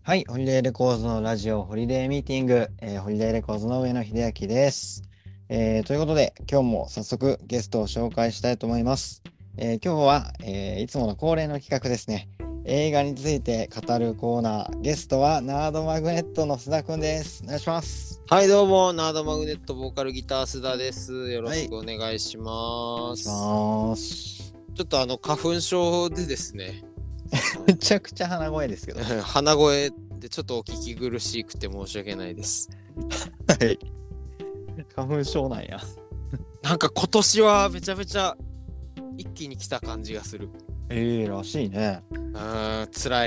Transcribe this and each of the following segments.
はい、ホリデーレコーズのラジオホリデーミーティング、ホリデーレコーズの上野秀明です。ということで、今日も早速ゲストを紹介したいと思います。今日は、いつもの恒例の企画ですね。映画について語るコーナー、ゲストはナードマグネットの須田くんです。お願いします。 はい、どうも、ナードマグネットボーカルギター須田です。よろはい、 しくお願いしお願いします。 ます。 ちょっと花粉症でですね、 めちゃくちゃ鼻声ですけど。 鼻声でちょっとお聞き苦しくて申し訳ないです。 はい。花粉症なんや。 なんか今年はめちゃめちゃ一気に来た感じがする。 らしいね。 辛い。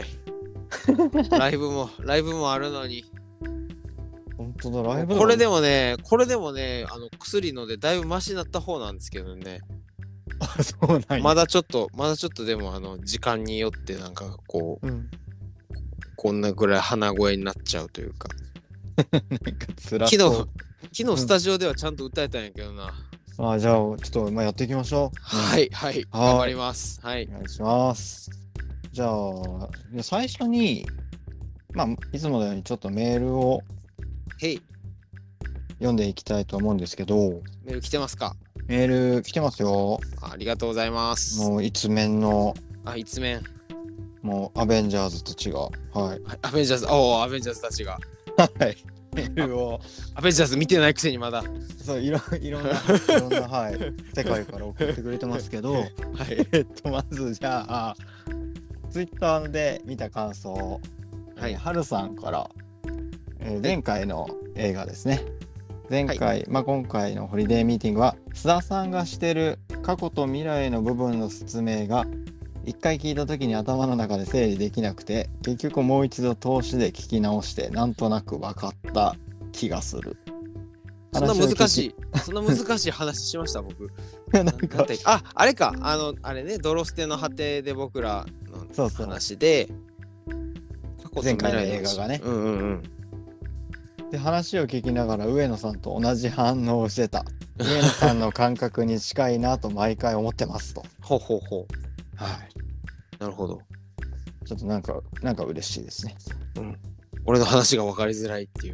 ライブもあるのに。 本当だ、ライブこれでもね、薬のでだいぶマシになった方なんですけどね。 あ、そうなんや。 まだちょっとでも時間によってなんかこう、 うん。 こんなぐらい鼻声になっちゃうというか。 なんか辛昨そ日スタジオではちゃんと歌えたんやけどな。 う。じゃあ、ちょっと、やっていきましょう。 はい、はい、頑張ります。はい。 お願いします。じゃあ、最初に、いつものようにちょっとメールをへい、 読んでいきたいと思うんですけど、 メール来てますか？ メール来てますよ。 ありがとうございます。 もう一面の、 一面。 もうアベンジャーズたちが、はい。 はい、アベンジャーズたちが。 はい。メールを、 アベンジャーズ見てないくせにまだ。 そう、いろんな、はい、世界から送ってくれてますけど、 はい。 まずじゃあ、ツイッターで見た感想、 はい。 はるさんから、前回の映画ですね。前回、今回のホリデーミーティングは、須田さんがしてる過去と未来の部分の説明が、一回聞いた時に頭の中で整理できなくて、結局もう一度通しで聞き直して、なんとなく分かった気がする。 そんな難しい。 い、そんな難しい話しました、僕。 なんか、 あれか、あれね、ドロステの果てで僕らのそうそう。 話で、過去と前回の未来映画がね。 うんうんうん。 で、話を聞きながら上野さんと同じ反応をしてた。上野さんの感覚に近いなと毎回思ってますと。 ほうほうほはい。 う。なるほど。 ちょっとなんか嬉しいですね。 うん。俺の話が分かりづらいっていう。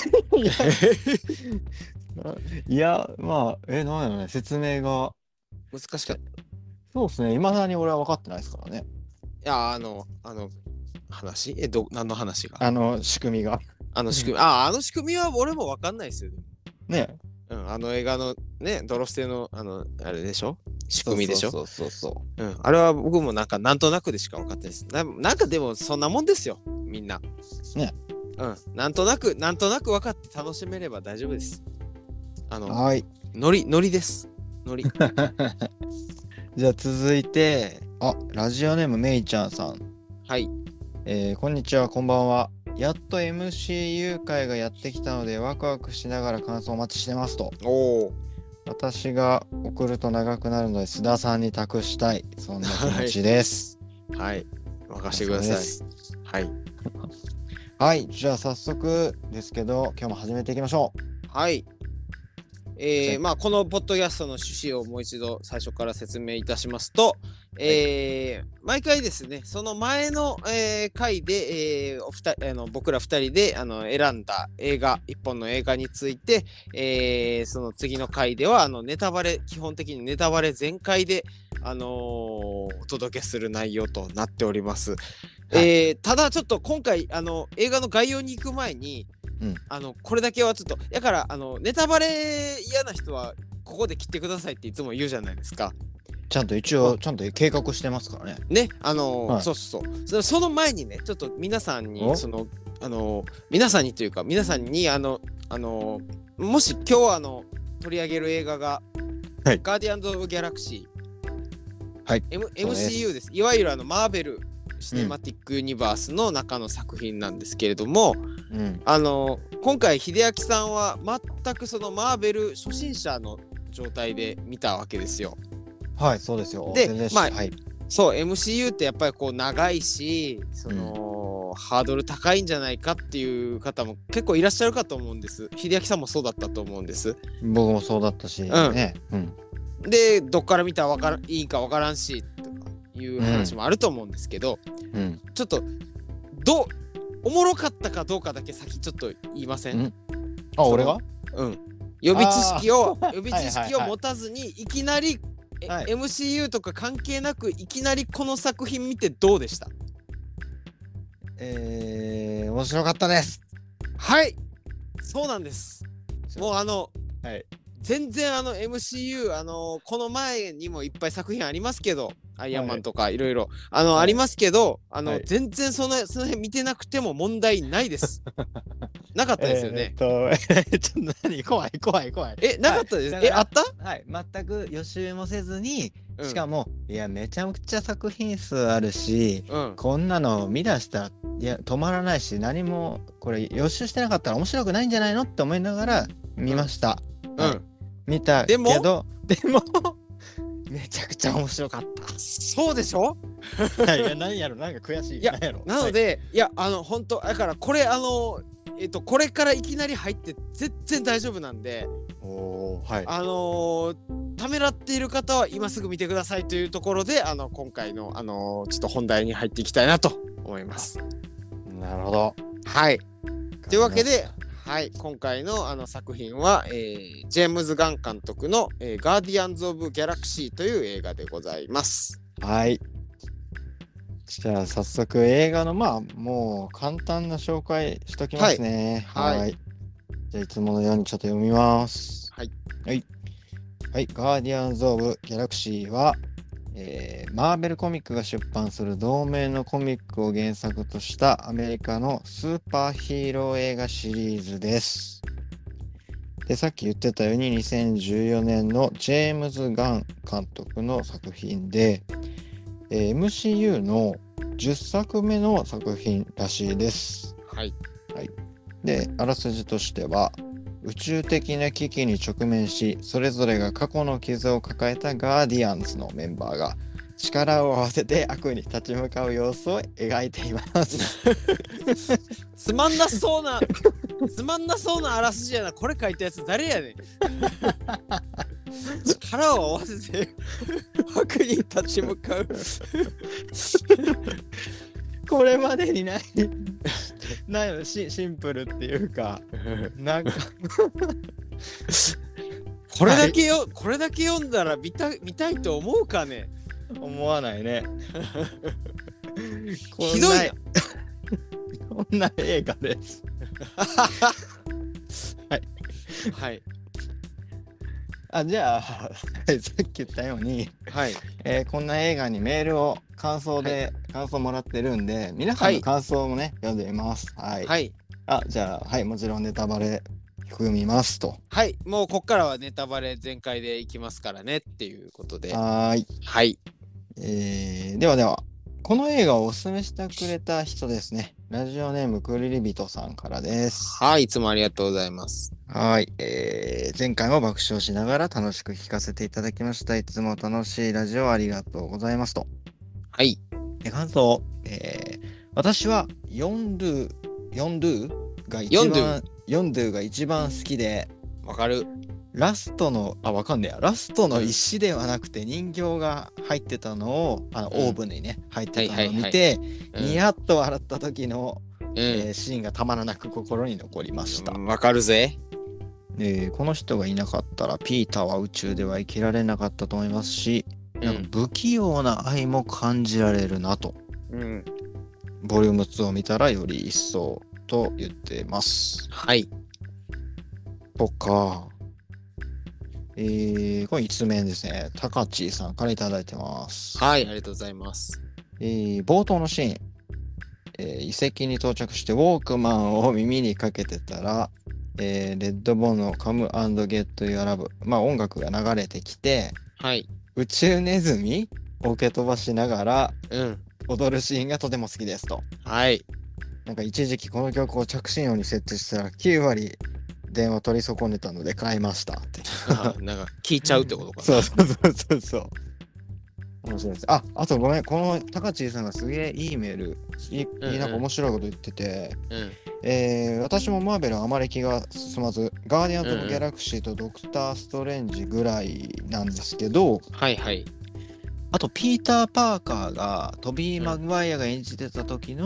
いや、なんやろね、説明が、 難しかった。いそうですね、未だに俺は分かってないですからね。 や、話何の話が仕組みが。 仕組み、あの仕組みは俺も分かんないですよ。 ね。 うん、あの映画のね、ドロステの、あれでしょ、仕そう組みでしょ。 そうそうん、あれは僕もなんとなくでしか分かってないです。なんかでもそんなもんですよ、みんな。 う。ね。 うん、なんとなく分かって楽しめれば大丈夫です。 はい。 ノリです。ノリ。 じゃあ続いて、ラジオネームめいちゃんさん。 はい。 こんにちは、こんばんは。やっと MCU 会がやってきたので、ワクワクしながら感想をお待ちしてますと。 おお。 私が送ると長くなるので、須田さんに託したい。そんな気持ちです。 はい。任せてください。はい。 はい、じゃあ早速ですけど、今日も始めていきましょう。 はい。このポッドキャストの趣旨をもう一度最初から説明いたしますと、毎回ですね、その前の、回で、僕ら2人で選んだ一本の映画について、その次の回では基本的にネタバレ全開で、お届けする内容となっております。 はい、 ただちょっと今回映画の概要に行く前に、これだけはちょっとだからネタバレ嫌な人はここで切ってくださいっていつも言うじゃないですか。 ちゃんと一応、ちゃんと計画してますからね。 ね、 はい、 その前にね、ちょっと皆さんに皆さんにもし今日取り上げる映画が、 はい、 ガーディアンズ・オブ・ギャラクシー、 はい、 MCU です。いわゆるマーベル・シネマティック・ユニバースの中の作品なんですけれども、今回秀明さんは全くそのマーベル初心者の状態で見たわけですよ。 はい、そうですよ。 で、 はい、 そう MCU ってやっぱりこう長いし、ハードル高いんじゃないかっていう方も結構いらっしゃるかと思うんです。秀明さんもそうだったと思うんです。 僕もそうだったし、ね。 で、どっから見たらいいかわからんしとかいう話もあると思うんですけど、ちょっとおもろかったかどうかだけ先ちょっと言いません？ 俺が予備知識をはい持たずにいきなり、 はい、 MCU とか関係なくいきなりこの作品見てどうでした？ 面白かったです。 はい、そうなんです。もうはい、 全然MCU この前にもいっぱい作品ありますけど、アイアンマンとかいろいろありますけど、全然その辺見てなくても問題ないです。なかったですよね。 ちょっと何怖い。 なかったです。あった？ はい、全く予習もせずに、しかもいやめちゃくちゃ作品数あるし、こんなの見出したらいや止まらないし、何もこれ予習してなかったら面白くないんじゃないのって思いながら見ました。見たけどでもめちゃくちゃ面白かった。 そうでしょ？ いや何やろ、なんか悔しい。 いやなので、いや本当だからこれこれからいきなり入って全然大丈夫なんで、ためらっている方は今すぐ見てくださいというところで今回のちょっと本題に入っていきたいなと思います。 なるほど。 はい。というわけで、はい、今回の作品は、ジェームズ・ガン監督の、ガーディアンズ・オブ・ギャラクシーという映画でございます。 はい。じゃあ早速映画のもう簡単な紹介しときますね。はい。じゃあいつものようにちょっと読みます。はい。ガーディアンズ・オブ・ギャラクシーは、マーベルコミックが出版する同名のコミックを原作としたアメリカのスーパーヒーロー映画シリーズです。で、さっき言ってたように2014年のジェームズ・ガン監督の作品で、MCU の10作目の作品らしいです。はい。で、あらすじとしては、宇宙的な危機に直面し、それぞれが過去の傷を抱えたガーディアンズのメンバーが力を合わせて悪に立ち向かう様子を描いています。 つまんなそうなあらすじやな。これ書いたやつ誰やねん。力を合わせて悪に立ち向かう。 これまでにないシンプルっていうか、なんかこれだけ読んだら見たいと思うかね。 思わないね。 ひどいな。 こんな映画です。はい。じゃあさっき言ったように、こんな映画にメールを感想もらってるんで、皆さんの感想もね、読んでみます。じゃあもちろんネタバレ含みますと。 もうこっからはネタバレ全開でいきますからねっていうことで。ではこの映画をおすすめしてくれた人ですね。ラジオネームくりりびとさんからです。 いつもありがとうございます。 前回も爆笑しながら楽しく聞かせていただきました。いつも楽しいラジオありがとうございますと。感想、私はヨンドゥが一番好きで、 わかる。 ラストの石ではなくて人形が入ってたのをオーブンにね入ってたのを見てニヤッと笑った時のシーンがたまらなく心に残りました。 わかるぜ。 この人がいなかったらピーターは宇宙では生きられなかったと思いますし、なんか不器用な愛も感じられるなと。ボリューム2を見たらより一層と言ってます。とか。これ5つ目ですね。たかちーさんからいただいてます。 ありがとうございます。 冒頭のシーン、遺跡に到着してウォークマンを耳にかけてたら、レッドボーンのカム&ゲット・ユア・ラブ、音楽が流れてきて、宇宙ネズミを受け飛ばしながら、踊るシーンがとても好きですと。なんか一時期この曲を着信音に設置したら9割電話取り損ねたので買いましたって。 なんか聞いちゃうってことかな。 そう面白いです。あとごめん、このたかちーさんがすげえいいメールなんか面白いこと言ってて、私もマーベルはあまり気が進まず、ガーディアンズ・オブ・ギャラクシーとドクター・ストレンジぐらいなんですけど、あとピーター・パーカーがトビー・マグワイアが演じてた時の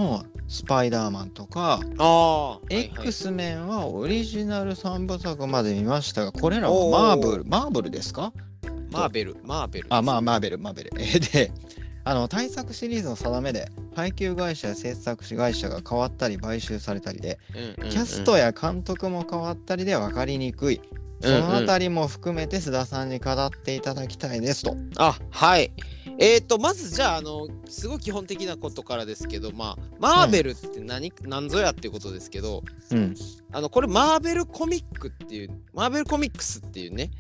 スパイダーマンとか、 はいはい、 X メンはオリジナル3部作まで見ましたが、これらはおーマーブルですか？ マーベルあ、マーベル。で、対策シリーズの定めで、配給会社や制作会社が変わったり買収されたりで、キャストや監督も変わったりで分かりにくい。そのあたりも含めて須田さんに語っていただきたいですと。 はい。まずじゃあ、すごい基本的なことからですけど、マーベルって何ぞやっていうことですけど、これマーベルコミックスっていうね、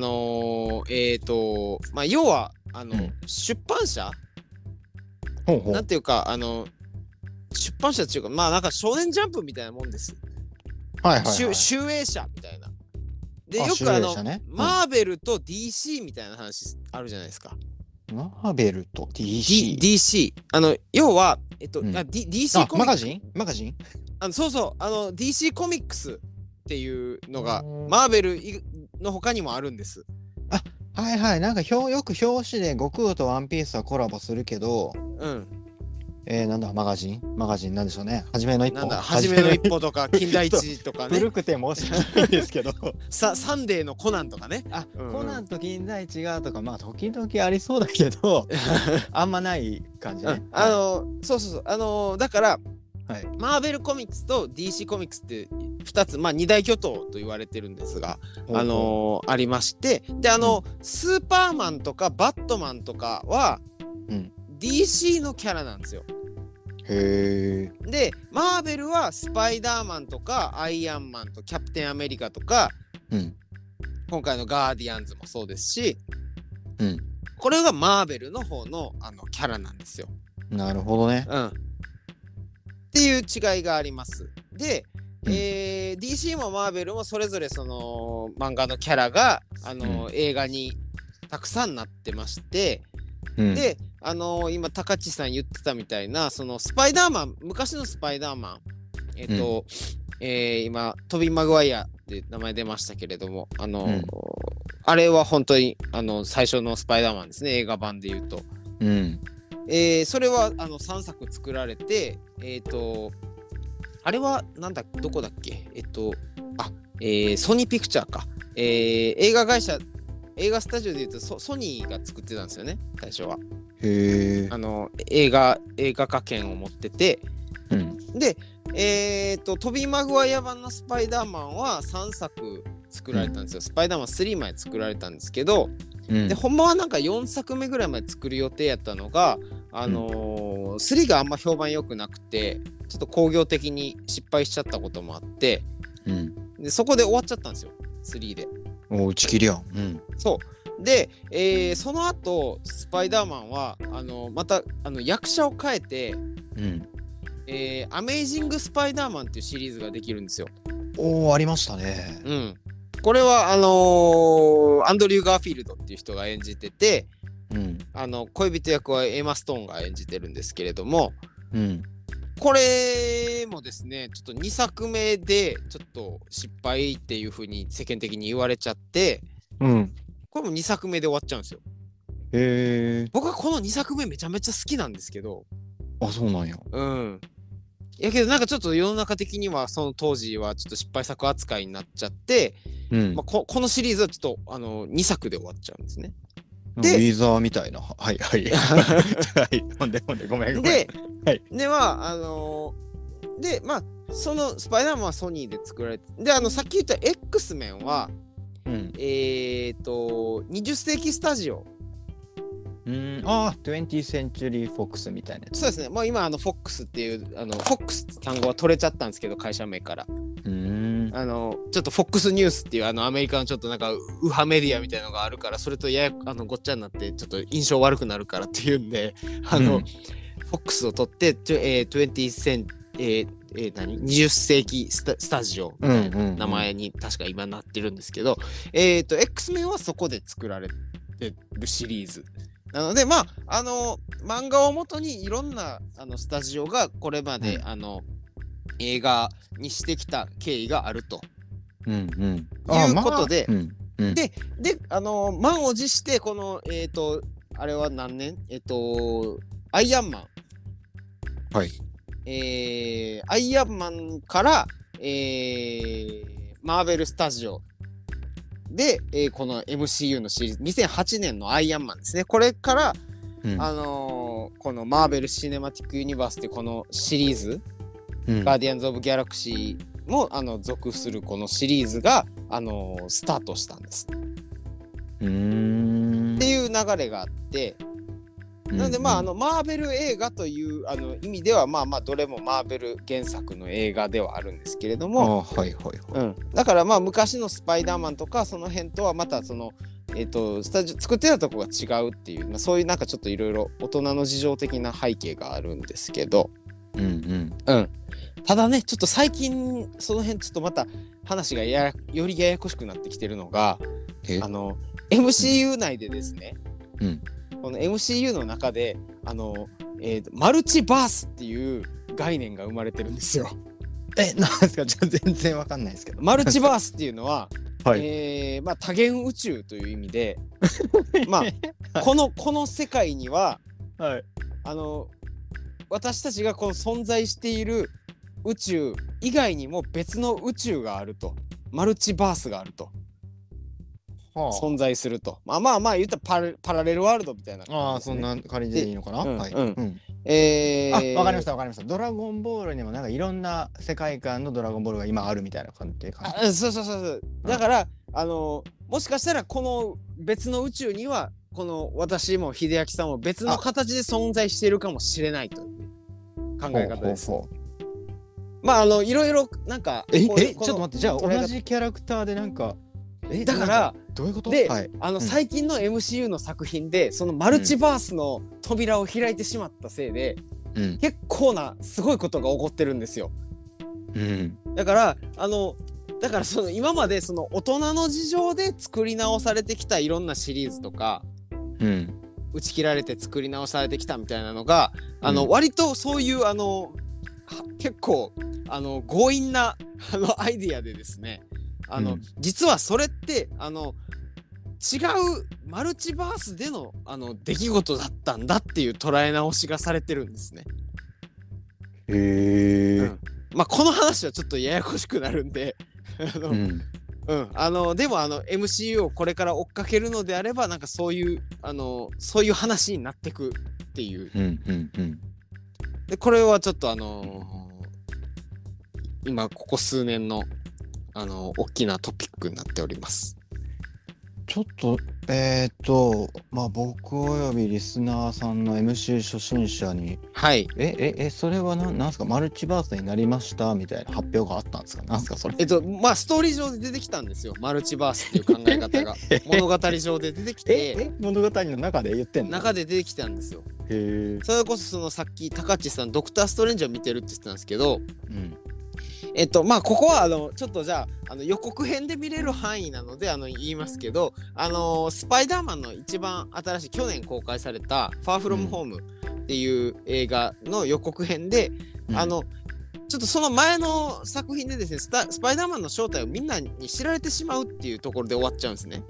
要は、出版社なんていうか、出版社っていうか、なんか少年ジャンプみたいなもんです。集英社みたいな。で、よくマーベルと DC みたいな話あるじゃないですか。 マーベルと DC。要は、DC コミックマガジンそうそう、DC コミックスっていうのが、マーベルの他にもあるんです。 なんかよく表紙で悟空とワンピースはコラボするけど、なんだマガジンなんでしょうね。はじめの一歩とか金田一とかね。 古くて申し訳ないんですけどサンデーのコナンとかね。 コナンと金田一がとか時々ありそうだけどあんまない感じね。 そうだから、マーベルコミックスと DC コミックスって2つ二大巨頭と言われてるんですが、ありまして、でスーパーマンとかバットマンとかは、DC のキャラなんですよ。 へー。でマーベルはスパイダーマンとかアイアンマンとキャプテンアメリカとか、今回のガーディアンズもそうですし、これがマーベルの方のキャラなんですよ。 なるほどね。 っていう違いがあります。で、DC もマーベルもそれぞれその漫画のキャラが映画にたくさんなってまして、で今高知さん言ってたみたいなそのスパイダーマン、昔のスパイダーマン、今トビー・マグワイアって名前出ましたけれども、あれは本当に最初のスパイダーマンですね、映画版で言うと。それは3作作られて、あれはどこだっけ、ソニーピクチャーか、映画スタジオでいうとソニーが作ってたんですよね、最初は。 へー。映画化権を持ってて、でトビー・マグワイア版のスパイダーマンは3作作られたんですよ。スパイダーマン3まで作られたんですけど、でほんまはなんか4作目ぐらいまで作る予定やったのが、3があんま評判良くなくて、ちょっと興行的に失敗しちゃったこともあって、でそこで終わっちゃったんですよ、3で。 打ち切りや。 そうで、その後スパイダーマンはまた役者を変えて、アメイジング・スパイダーマンっていうシリーズができるんですよ。 ありましたね。 これはアンドリュー・ガーフィールドっていう人が演じてて、恋人役はエマ・ストーンが演じてるんですけれども、これもですね、ちょっと2作目でちょっと失敗っていう風に世間的に言われちゃって、これも2作目で終わっちゃうんですよ。僕はこの2作目めちゃめちゃ好きなんですけど。 そうなんや。 やけどなんかちょっと世の中的にはその当時はちょっと失敗作扱いになっちゃって、このシリーズはちょっと2作で終わっちゃうんですね。 でウィザーみたいな。ほんでごめん。 でそのスパイダーマンはソニーで作られて、でさっき言った X メンは、20世紀スタジオ。 20th Century Fox みたいなやつ。 そうですね。もう今FOX っていうFOX って単語は取れちゃったんですけど、会社名から。ちょっと FOX ニュースっていうアメリカのちょっとなんか右派メディアみたいなのがあるから、それとごっちゃになってちょっと印象悪くなるからっていうんで、FOX を取って20世紀スタジオみたいな名前に確か今なってるんですけど、X メンはそこで作られてるシリーズなので、漫画をもとにいろんなスタジオがこれまで、映画にしてきた経緯があるということで、で満を持してこのあれは何年アイアンマン、 アイアンマンから、マーベルスタジオで、この MCU のシリーズ2008年のアイアンマンですね。これから、 うんこのマーベル・シネマティック・ユニバースってこのシリーズ、ガーディアンズ・オブ・ギャラクシーも属するこのシリーズが、スタートしたんです。っていう流れがあって、なのでマーベル映画という意味ではどれもマーベル原作の映画ではあるんですけれども、だから昔のスパイダーマンとかその辺とはまたそのスタジオ作ってたとこが違うっていう、そういうなんかちょっといろいろ大人の事情的な背景があるんですけど、ただねちょっと最近その辺ちょっとまた話がよりややこしくなってきてるのがMCU 内でですね、この MCU の中でマルチバースっていう概念が生まれてるんですよ。 なんですか？ちょっと全然わかんないですけど。 マルチバースっていうのは、 多元宇宙という意味でこの世界には、私たちがこの存在している宇宙以外にも別の宇宙があると、マルチバースがあると、存在すると、言ったらパラレルワールドみたいな、 そんな仮でいいのかな。 わかりました。ドラゴンボールにもなんかいろんな世界観のドラゴンボールが今あるみたいな感じ。 そうだからもしかしたらこの別の宇宙にはこの私も秀明さんも別の形で存在しているかもしれないという考え方です。いろいろなんかちょっと待って、じゃあ同じキャラクターでなんかだからどういうことで、最近の MCU の作品でそのマルチバースの扉を開いてしまったせいで、結構なすごいことが起こってるんですよ。だからその今までその大人の事情で作り直されてきたいろんなシリーズとか、打ち切られて作り直されてきたみたいなのが割とそういう結構強引なアイディアでですね、実はそれって違うマルチバースでの出来事だったんだっていう捉え直しがされてるんですね。この話はちょっとややこしくなるんででもMCU をこれから追っかけるのであればなんかそういう話になってくっていう、でこれはちょっと今ここ数年の大きなトピックになっております。 ちょっと僕およびリスナーさんの MC 初心者にそれはなんですか？マルチバースになりましたみたいな発表があったんですか？なんですかそれ？ ストーリー上で出てきたんですよ、マルチバースっていう考え方が物語上で出てきて物語の中で言ってんの？ 中で出てきたんですよ。それこそそのさっき高知さんドクターストレンジを見てるって言ってたんですけど、ここはちょっとじゃあ予告編で見れる範囲なので言いますけど、スパイダーマンの一番新しい去年公開されたファーフロムホームっていう映画の予告編で、ちょっとその前の作品でですねスパイダーマンの正体をみんなに知られてしまうっていうところで終わっちゃうんですね。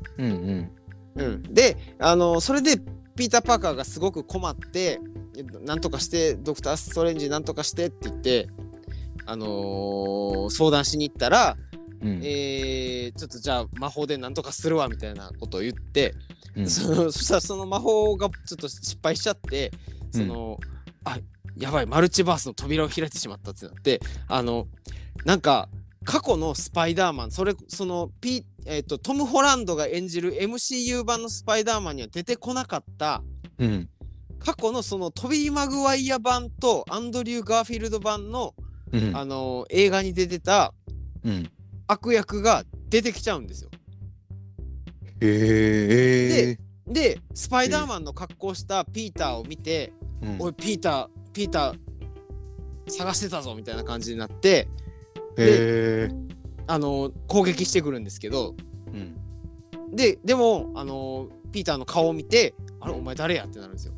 でそれでピーター・パーカーがすごく困ってなんとかしてドクター・ストレンジなんとかしてって言って相談しに行ったら、ちょっとじゃあ魔法でなんとかするわみたいなことを言って、そしたらその魔法がちょっと失敗しちゃってやばいマルチバースの扉を開いてしまったってなってなんか過去のスパイダーマントム・ホランドが演じる MCU 版のスパイダーマンには出てこなかった、過去のそのトビー・マグワイア版とアンドリュー・ガーフィールド版の映画に出てた悪役が出てきちゃうんですよ。でスパイダーマンの格好したピーターを見て、おいピーター探してたぞみたいな感じになってで攻撃してくるんですけど、でもピーターの顔を見てあれお前誰やってなるんですよ。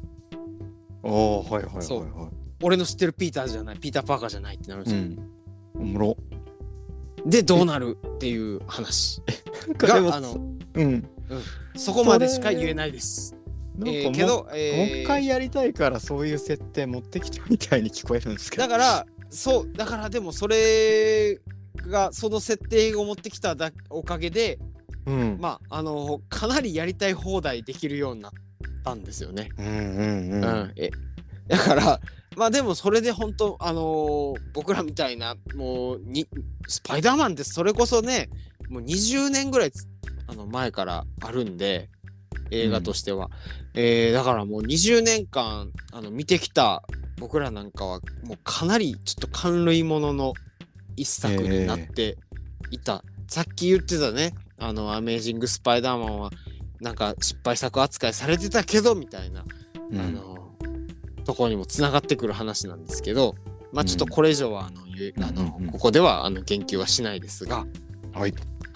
俺の知ってるピーターじゃない、ピーター・パーカーじゃないってなるんですよ。 おもろ。 でどうなるっていう話がそこまでしか言えないです。 なんかけど、 もう一回やりたいからそういう設定持ってきたみたいに聞こえるんですけど。 だからでもそれがその設定を持ってきたおかげで、 うんまあかなりやりたい放題できるようになったんですよね。 うんうんだからまあでもそれで本当僕らみたいなもうスパイダーマンってそれこそねもう20年ぐらい前からあるんで映画としては、だからもう20年間見てきた僕らなんかはもうかなりちょっと感類ものの一作になっていた、さっき言ってたねアメージング・スパイダーマンはなんか失敗作扱いされてたけどみたいな、ところにもつながってくる話なんですけど、まあちょっとこれ以上はここでは言及はしないですが、 はい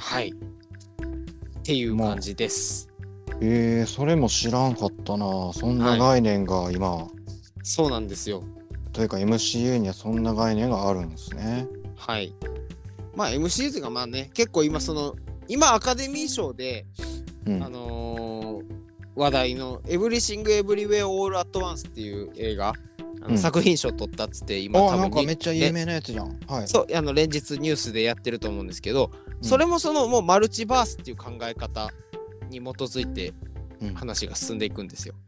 っていう感じです。 それも知らんかったな。そんな概念が今、 そうなんですよ。 というか MCU にはそんな概念があるんですね。 はい。まあ MCU というかまあね結構今アカデミー賞で、話題のエブリシング・エブリウェア・オール・アット・ワンスっていう映画、作品賞取ったっつって今多分なんかめっちゃ有名なやつじゃん。はい。 そう連日ニュースでやってると思うんですけど、それももうマルチバースっていう考え方に基づいて話が進んでいくんですよ。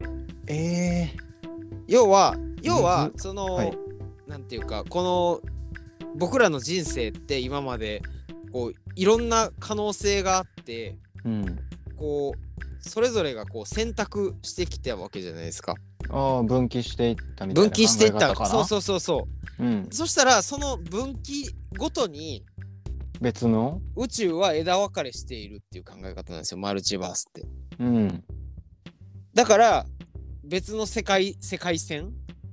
要はなんていうかこの僕らの人生って今までこういろんな可能性があって、こうそれぞれがこう選択してきたわけじゃないですか。 分岐していったみたいな考え方かな。 そう、そしたらその分岐ごとに別の宇宙は枝分かれしているっていう考え方なんですよ、マルチバースって。だから別の世界線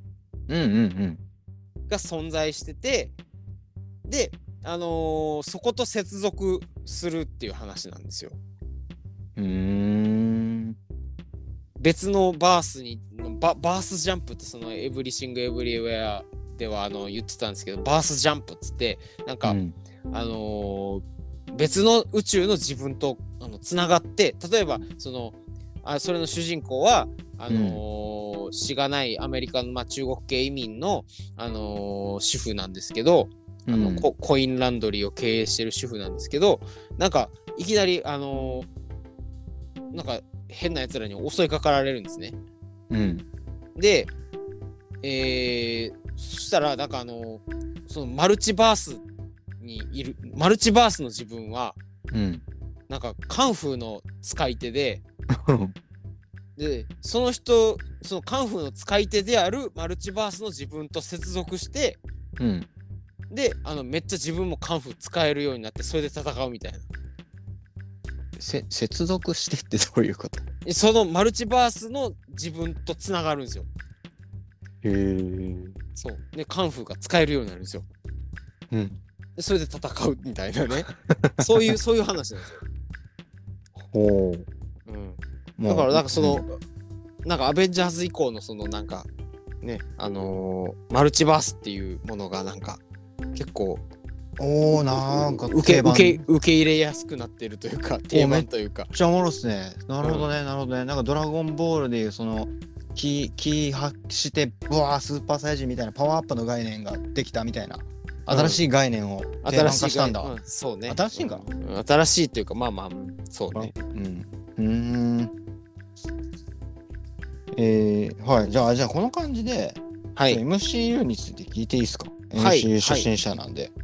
が存在してて、でそこと接続するっていう話なんですよ。別のバースにバースジャンプってそのエブリシング・エブリウェアでは言ってたんですけど、バースジャンプっつってなんか、別の宇宙の自分とつながって、例えばそれの主人公はしがないアメリカの、中国系移民の、主婦なんですけど、コインランドリーを経営してる主婦なんですけど、なんかいきなりなんか変なやつらに襲いかかられるんですね。で、そしたらなんかそのマルチバースにいるマルチバースの自分は、なんかカンフーの使い手ででそのカンフーの使い手であるマルチバースの自分と接続して、でめっちゃ自分もカンフー使えるようになって、それで戦うみたいな。 接続してってどういうこと？ そのマルチバースの自分とつながるんですよ。そうでカンフーが使えるようになるんですよ。でそれで戦うみたいなねそういう話なんですよ。だからなんかなんかアベンジャーズ以降のなんかねマルチバースっていうものがなんか結構なんか受け入れやすくなってるというか、定番というか。 めっちゃおもろっすね。なるほどね。なんかドラゴンボールでいう気発してブワースーパーサイジンみたいなパワーアップの概念ができたみたいな新しい概念を定番化したんだ。 そうね。 新しいんかな。新しいというかまあそうね。 はい。じゃあこの感じで、MCU について聞いていいですか？MCU 初心者なんで。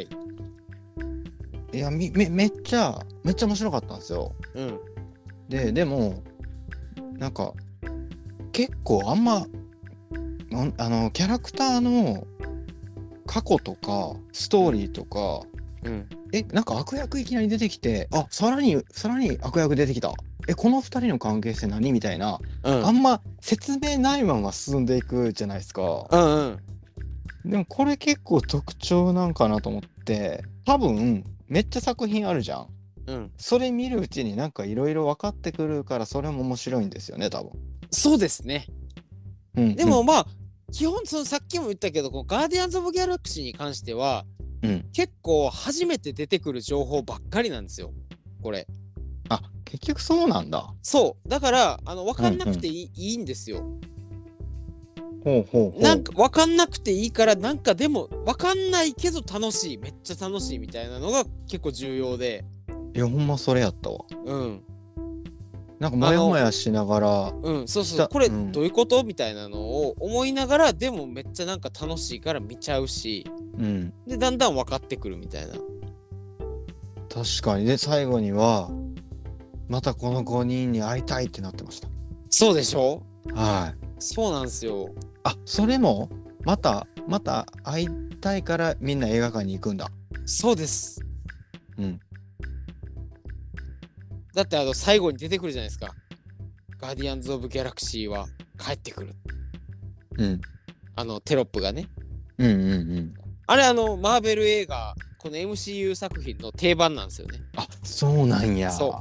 いやめっちゃ面白かったんですよ。でもなんか結構あんまキャラクターの過去とかストーリーとか、なんか悪役いきなり出てきて、さらに悪役出てきた。この2人の関係性何みたいな、あんま説明ないまま進んでいくじゃないですか。でもこれ結構特徴なんかなと思って、多分めっちゃ作品あるじゃん。それ見るうちになんかいろいろ分かってくるから、それも面白いんですよね、多分。 そうですね。でもまあ基本さっきも言ったけど、このガーディアンズ・オブ・ギャラクシーに関しては、結構初めて出てくる情報ばっかりなんですよ、これ。 結局そうなんだ。 そうだから分かんなくていいんですよ。 ほうほうほう。 なんか分かんなくていいからなんかでも分かんないけど楽しいめっちゃ楽しいみたいなのが結構重要で。 いやほんまそれやったわ。 うん。 なんかモヤモヤしながら。 そうそうこれどういうこと、みたいなのを思いながらでもめっちゃなんか楽しいから見ちゃうし、でだんだん分かってくるみたいな。 確かに。で最後にはまたこの5人に会いたいってなってました。 そうでしょ。 はい。 そうなんですよ。 あ、それもまた会いたいからみんな映画館に行くんだ。 そうです。 うん。 だって最後に出てくるじゃないですか。ガーディアンズ・オブ・ギャラクシーは帰ってくる。 うん。 テロップがね。あれマーベル映画この MCU 作品の定番なんですよね。 あ、そうなんや。 そう。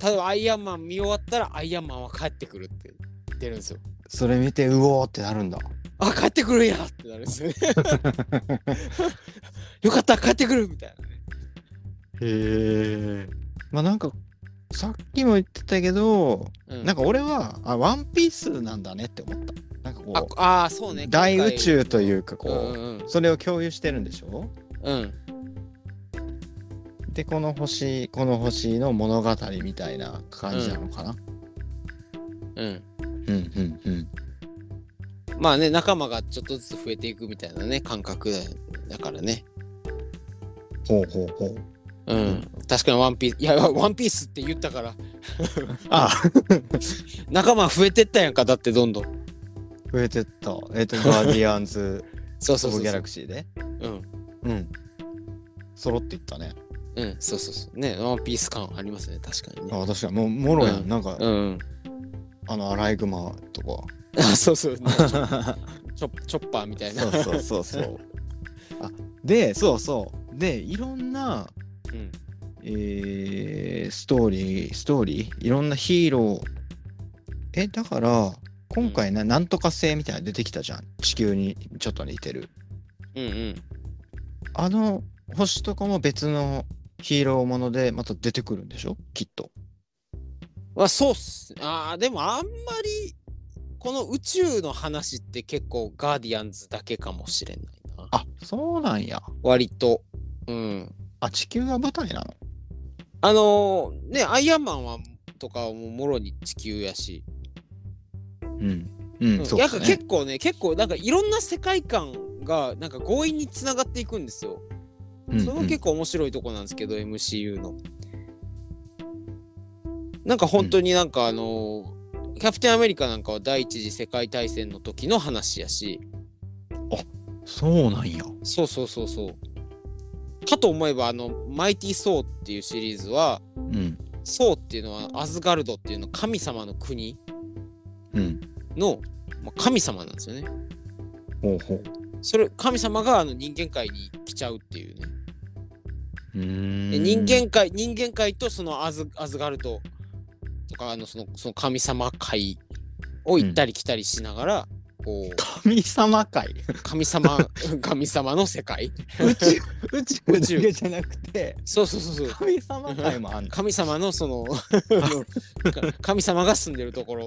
例えばアイアンマン見終わったらアイアンマンは帰ってくるって言ってるんですよ。 それ見てうおーってなるんだ。 あ、帰ってくるんやってなるんですよね。よかった帰ってくるみたいなね。 へえ。まあなんかさっきも言ってたけど、なんか俺はワンピースなんだねって思った。なんかこうそうね。 大宇宙というかこう、それを共有してるんでしょ。でこの星の物語みたいな感じなのかな。 まあね仲間がちょっとずつ増えていくみたいなね感覚だからね。 ほうほうほう。 確かにワンピース、いやワンピースって言ったから仲間増えてったやんか。だってどんどん増えてった。ガーディアンズオブギャラクシーで揃っていったね。 そうね。ワンピース感ありますね。確かにね。 確かにもろやん。なんかアライグマとかそうチョッパーみたいな。 そうででいろんなストーリーいろんなヒーローだから今回なんとか星みたいなの出てきたじゃん。地球にちょっと似てる星とかも別のヒーローものでまた出てくるんでしょきっと。 そうっす。でもあんまりこの宇宙の話って結構ガーディアンズだけかもしれないな。 あ、そうなんや。 割と地球が舞台なの。 アイアンマンはとかももろに地球やし。そうですね。結構なんかいろんな世界観がなんか強引につながっていくんですよ。それも結構面白いとこなんですけど、MCU の。なんか本当になんかキャプテンアメリカなんかは第一次世界大戦の時の話やし。 そうなんや。 そう。かと思えばマイティ・ソーっていうシリーズは、ソーっていうのはアズガルドっていうの神様の国の、神様なんですよね。それ神様が人間界に来ちゃうっていうね。で人間界とそのアズガルドとかその神様界を行ったり来たりしながら、こう神様界神様の世界宇宙だけじゃなくてそう神様界もあんの。 神様の神様が住んでるところ。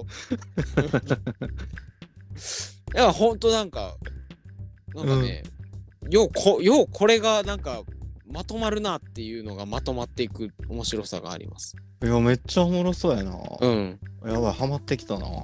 いやほんとなんかね、ようこれがなんかまとまるなっていうのがまとまっていく面白さがあります。 いやめっちゃおもろそうやな。やばいハマってきたな。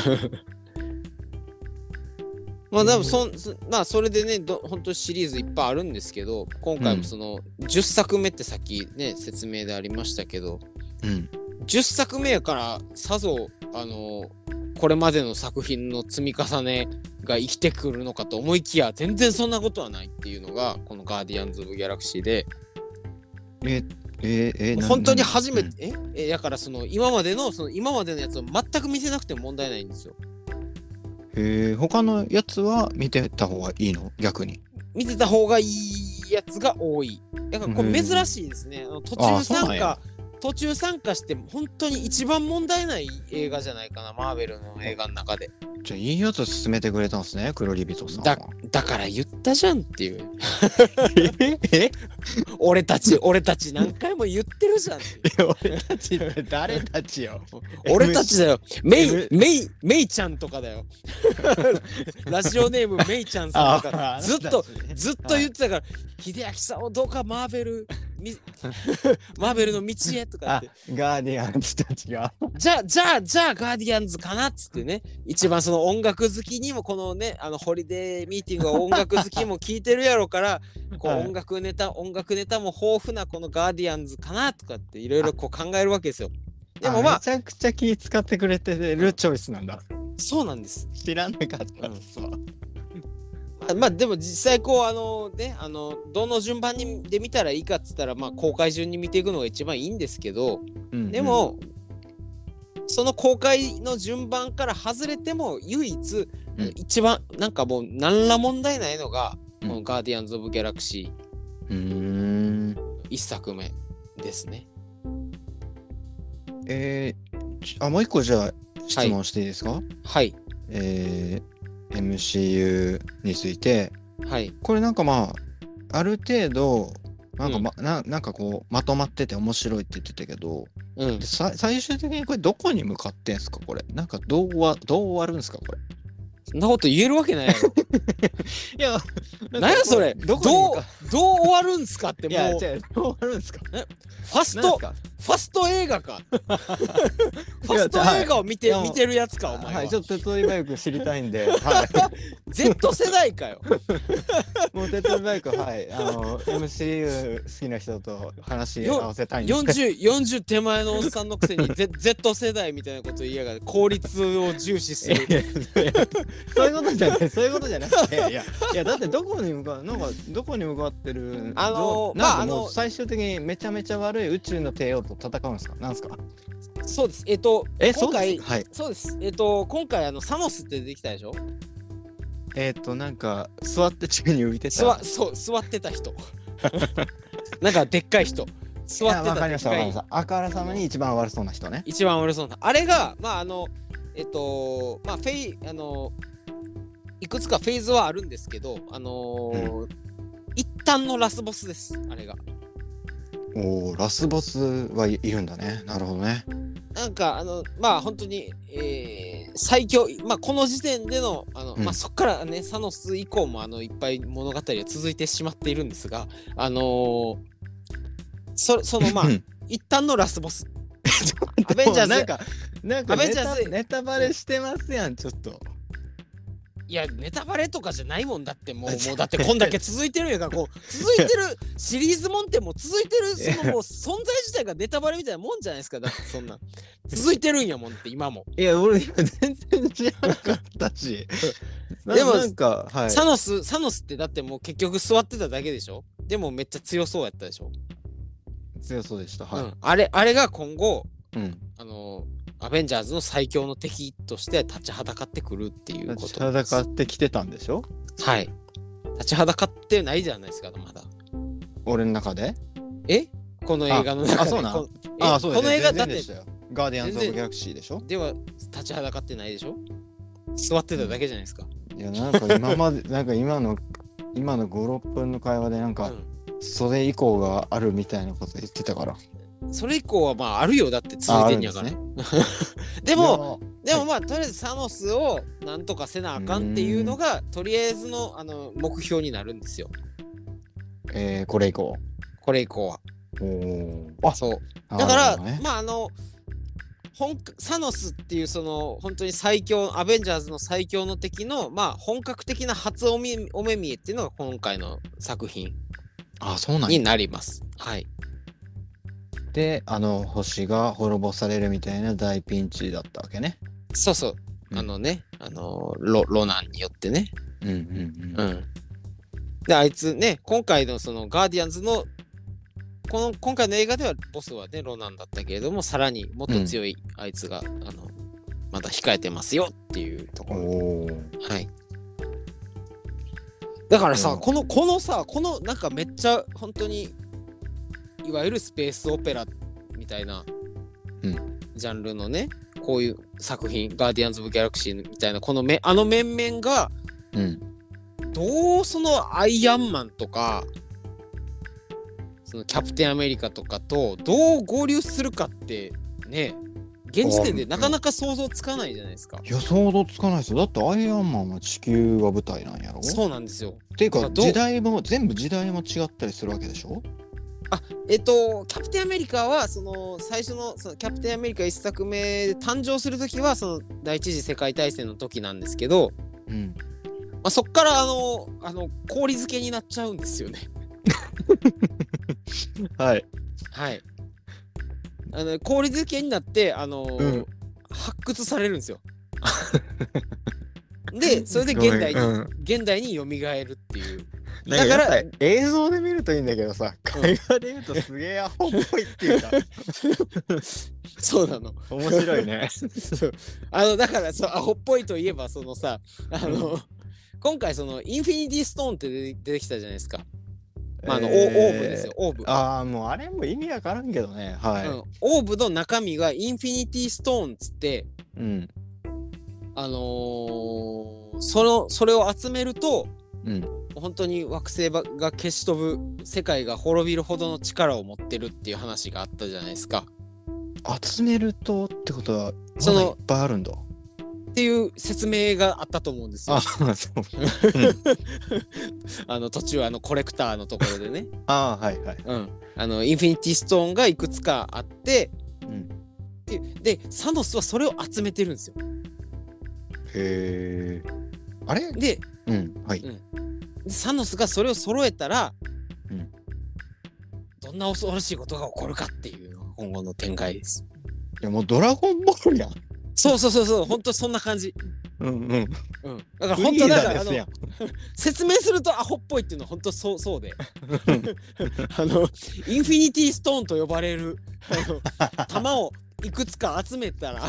でもそれでね本当シリーズいっぱいあるんですけど、今回もその10作目ってさっきね説明でありましたけど、10作目やからさぞこれまでの作品の積み重ねが生きてくるのかと思いきや全然そんなことはないっていうのがこのガーディアンズ・オブ・ギャラクシーで、本当に初めてだから今までのやつを全く見せなくても問題ないんですよ。 他のやつは見てた方がいいの？逆に見てた方がいいやつが多い。だからこれ珍しいですね。途途中参加して本当に一番問題ない映画じゃないかな、マーベルの映画の中で。 じゃあいいやつ進めてくれたんですね、黒リビトさんは。 だから言ったじゃんっていう。 え俺たち何回も言ってるじゃんっていう。 俺たちって誰たちよ。 俺たちだよ。メイちゃんとかだよ。ラジオネームメイちゃんさんとかずっと言ってたから、秀明さんをどうかマーベルの道へとかって。 ガーディアンズたちが。 じゃあガーディアンズかなっつってね、一番その音楽好きにもこのね、ホリデーミーティングは音楽好きも聞いてるやろから、こう音楽ネタも豊富なこのガーディアンズかなとかっていろいろこう考えるわけですよ。でもまあめちゃくちゃ気使ってくれてるチョイスなんだ。 そうなんです。 知らなかったですわ。 まあでも実際こうどの順番で見たらいいかっつったら、まあ公開順に見ていくのが一番いいんですけど、でもその公開の順番から外れても唯一、一番なんかもう何ら問題ないのが、このガーディアンズ・オブ・ギャラクシー一作目ですね。 もう一個じゃあ質問していいですか？ はい。 MCU について、 はい、 これなんかまあある程度なんかこうまとまってて面白いって言ってたけど、最終的にこれどこに向かってんすか？これなんかどう終わるんですか？これそんなこと言えるわけないやろ。 いやなんやそれ、どう終わるんすかって。もうどう終わるんすか？ ファスト映画か。ファスト映画を見てるやつか、お前は。 はい、ちょっと手っ取り早く知りたいんで、 Z 世代かよ。 もう手っ取り早く、MCU 好きな人と話合わせたいんで。 40手前のおっさんのくせにZ 世代みたいなこと言いやがって、効率を重視する。 そういうことじゃなくて、いやだってどこに向かってる、最終的にめちゃめちゃ悪い宇宙の帝王と戦うんですか？なんですか？ そうです。今回、そうです。今回サノスって出てきたでしょ？ なんか座って宙に浮いてた。 座ってた人。なんかでっかい人。座ってた。 わかりました。あからさまに一番悪そうな人ね。 一番悪そうな。あれがいくつかフェーズはあるんですけど、一旦のラスボスです。あれが。 ラスボスはいるんだね。なるほどね。 なんか本当に、最強、この時点でのそっからね、サノス以降もいっぱい物語が続いてしまっているんですが、一旦のラスボス。アベンジャーズなんかネタバレしてますやん、ちょっと。 いや、ネタバレとかじゃないもんだって、もうだってこんだけ続いてるんやから、こう続いてるシリーズもんってもう続いてる、そのもう存在自体がネタバレみたいなもんじゃないですか。だってそんな続いてるんやもんって今も。 いや、俺今全然知らなかったし。 でもなんか、 サノスってだってもう結局座ってただけでしょ。でもめっちゃ強そうやったでしょ。 強そうでした。 あれが今後、アベンジャーズの最強の敵として立ちはだかってくるっていうことです。 立ちはだかってきてたんでしょ？ はい。立ちはだかってないじゃないですか、まだ。 俺の中で？ この映画の中で。 そうなん？そうです。この映画だってガーディアンズ・オブ・ギャラクシーでしょ？では立ちはだかってないでしょ？座ってただけじゃないですか。 いや、なんか今までなんか今の5、6分の会話でなんか、それ以降があるみたいなこと言ってたから。 それ以降はあるよ、だって続いてんやから。でもとりあえずサノスをなんとかせなあかんっていうのがとりあえずの目標になるんですよ。 これ以降は。そうだから、サノスっていうその本当に最強アベンジャーズの最強の敵の本格的な初お目見えっていうのが今回の作品になります。はい。 で、星が滅ぼされるみたいな大ピンチだったわけね。 そう。ロナンによってね。で、あいつね、今回のそのガーディアンズの今回の映画ではボスはねロナンだったけれども、さらにもっと強いあいつが、まだ控えてますよっていうところ。はい。だからさ、このなんかめっちゃ本当にいわゆるスペースオペラみみたいなうんジャンルのね、こういう作品、ガーディアンズ・オブ・ギャラクシーみたいな、このあの面々が、 うんどうそのアイアンマンとか、そのキャプテンアメリカとかとどう合流するかってね、現時点でなかなか想像つかないじゃないですか。 いや想像つかないですよ。だってアイアンマンは地球が舞台なんやろ。 そうなんですよ。 っていうかだから時代も全部時代も違ったりするわけでしょ。 キャプテンアメリカはその最初のそのキャプテンアメリカ一作目で誕生する時はその第一次世界大戦の時なんですけど、 うんそっから氷漬けになっちゃうんですよね。 はいはい。氷漬けになってん発掘されるんですよ。でそれで現代に、現代に蘇るっていう。 だから映像で見るといいんだけどさ、会話で言うとすげえアホっぽいっていうかそうなの。 面白いね。 だからそうアホっぽいといえばそのさ今回そのインフィニティストーンって出てきたじゃないですか。オーブですよ、オーブ。 ああ、もうあれも意味わからんけどね。はい。 オーブの中身がインフィニティストーンっつって、 うん。 それを集めると、 うん、 本当に惑星が消し飛ぶ、世界が滅びるほどの力を持ってるっていう話があったじゃないですか。 集めるとってことは、 そのいっぱいあるんだ。 っていう説明があったと思うんですよ。 そう。 途中コレクターのところでね。 はいはい。 インフィニティストーンがいくつかあって、でサノスはそれを集めてるんですよ。 へえ。あれで、 はい。 サノスがそれを揃えたら、どんな恐ろしいことが起こるかっていう今後の展開です。 いやもうドラゴンボールやん。 そう本当そんな感じ。だから本当だから説明するとアホっぽいっていうのは本当そうでインフィニティストーンと呼ばれる玉をいくつか集めたら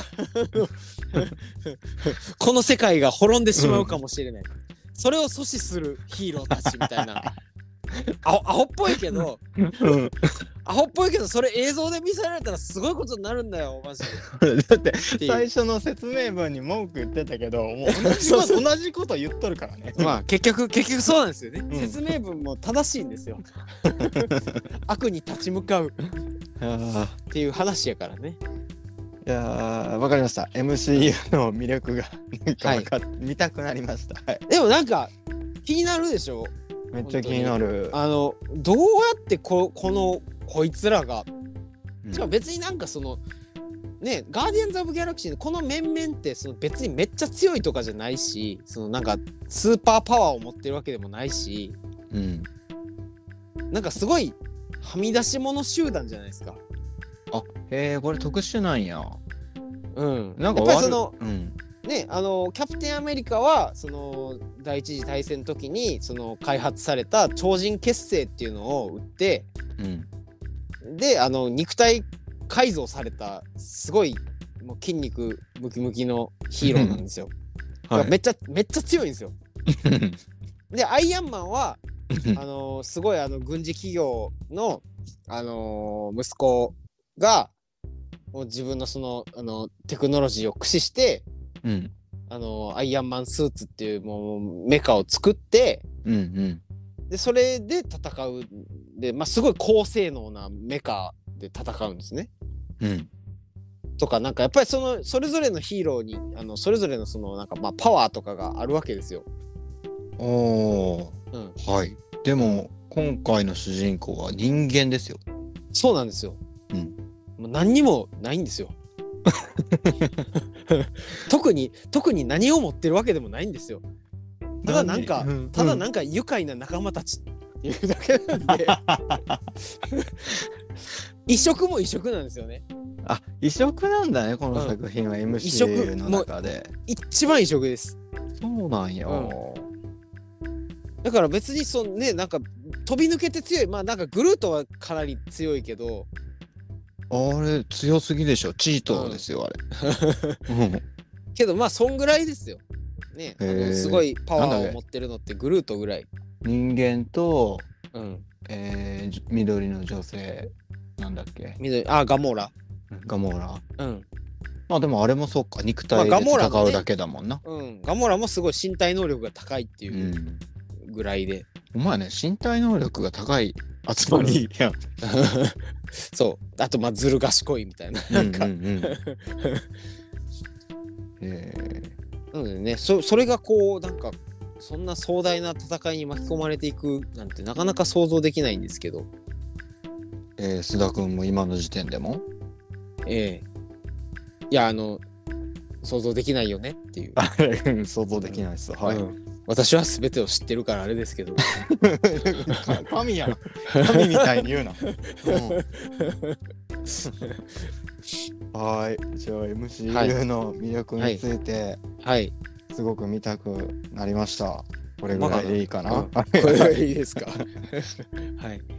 この世界が滅んでしまうかもしれない、それを阻止するヒーローたちみたいなアホっぽいけど、アホっぽいけどそれ映像で見せられたらすごいことになるんだよマジで。 だって最初の説明文に文句言ってたけど、もう同じこと言っとるからね。 まあ結局そうなんですよね、説明文も正しいんですよ悪に立ち向かうっていう話やからね。 いやー、わかりました。 MCU の魅力が見たくなりました。 でもなんか気になるでしょ。 めっちゃ気になる。 どうやってこいつらが、しかも別になんかそのね、ガーディアンズ・オブ・ギャラクシーのこの面々ってその別にめっちゃ強いとかじゃないし、そのなんかスーパーパワーを持ってるわけでもないし、なんかすごいはみ出し物集団じゃないですか。 へえ、これ特殊なんや。 なんかやっぱりそのね、キャプテンアメリカはその第一次大戦の時にその開発された超人結成っていうのを売って、で肉体改造されたすごいもう筋肉ムキムキのヒーローなんですよ。めっちゃ強いんですよ。でアイアンマンはすごい軍事企業の息子がもう自分のそのテクノロジーを駆使して、アイアンマンスーツっていうもうメカを作って、でそれで戦うで、すごい高性能なメカで戦うんですね。とかなんかやっぱりそれぞれのヒーローにそれぞれのそのなんかパワーとかがあるわけですよ。 はい。でも今回の主人公は人間ですよ。 そうなんですよ。もう何にもないんですよ。特に何を持ってるわけでもないんですよ。ただなんか愉快な仲間たちっていうだけなんで異色も異色なんですよね。 異色なんだねこの作品は。MCU の中で一番異色です。 そうなんや。 だから別になんか飛び抜けて強い、なんかグルートはかなり強いけど、 あれ強すぎでしょ。チートですよ、あれ。 けどそんぐらいですよね。すごいパワーを持ってるのってグルートぐらい。 人間と、緑の女性なんだっけ、 ガモーラ。 ガモーラ。 うん。 まあでもあれもそっか、肉体でまあガモーラもね戦うだけだもんな。 うん。ガモーラもすごい身体能力が高いってう。 いうんぐらいで。 お前ね、身体能力が高い集まりやん。 そう。あと、まあ、ずる賢いみたいな。なんか。なのでね、それがこう、なんか、そんな壮大な戦いに巻き込まれていくなんてなかなか想像できないんですけど。 須田君も今の時点でもいや、想像できないよねっていう。 想像できないです。はい。 私は全てを知ってるからあれですけど。 神やん。神みたいに言うな。はい。じゃあ MCU の魅力について、 はい。 すごく見たくなりました。これぐらいでいいかな。 これぐらいでいいですか。はい。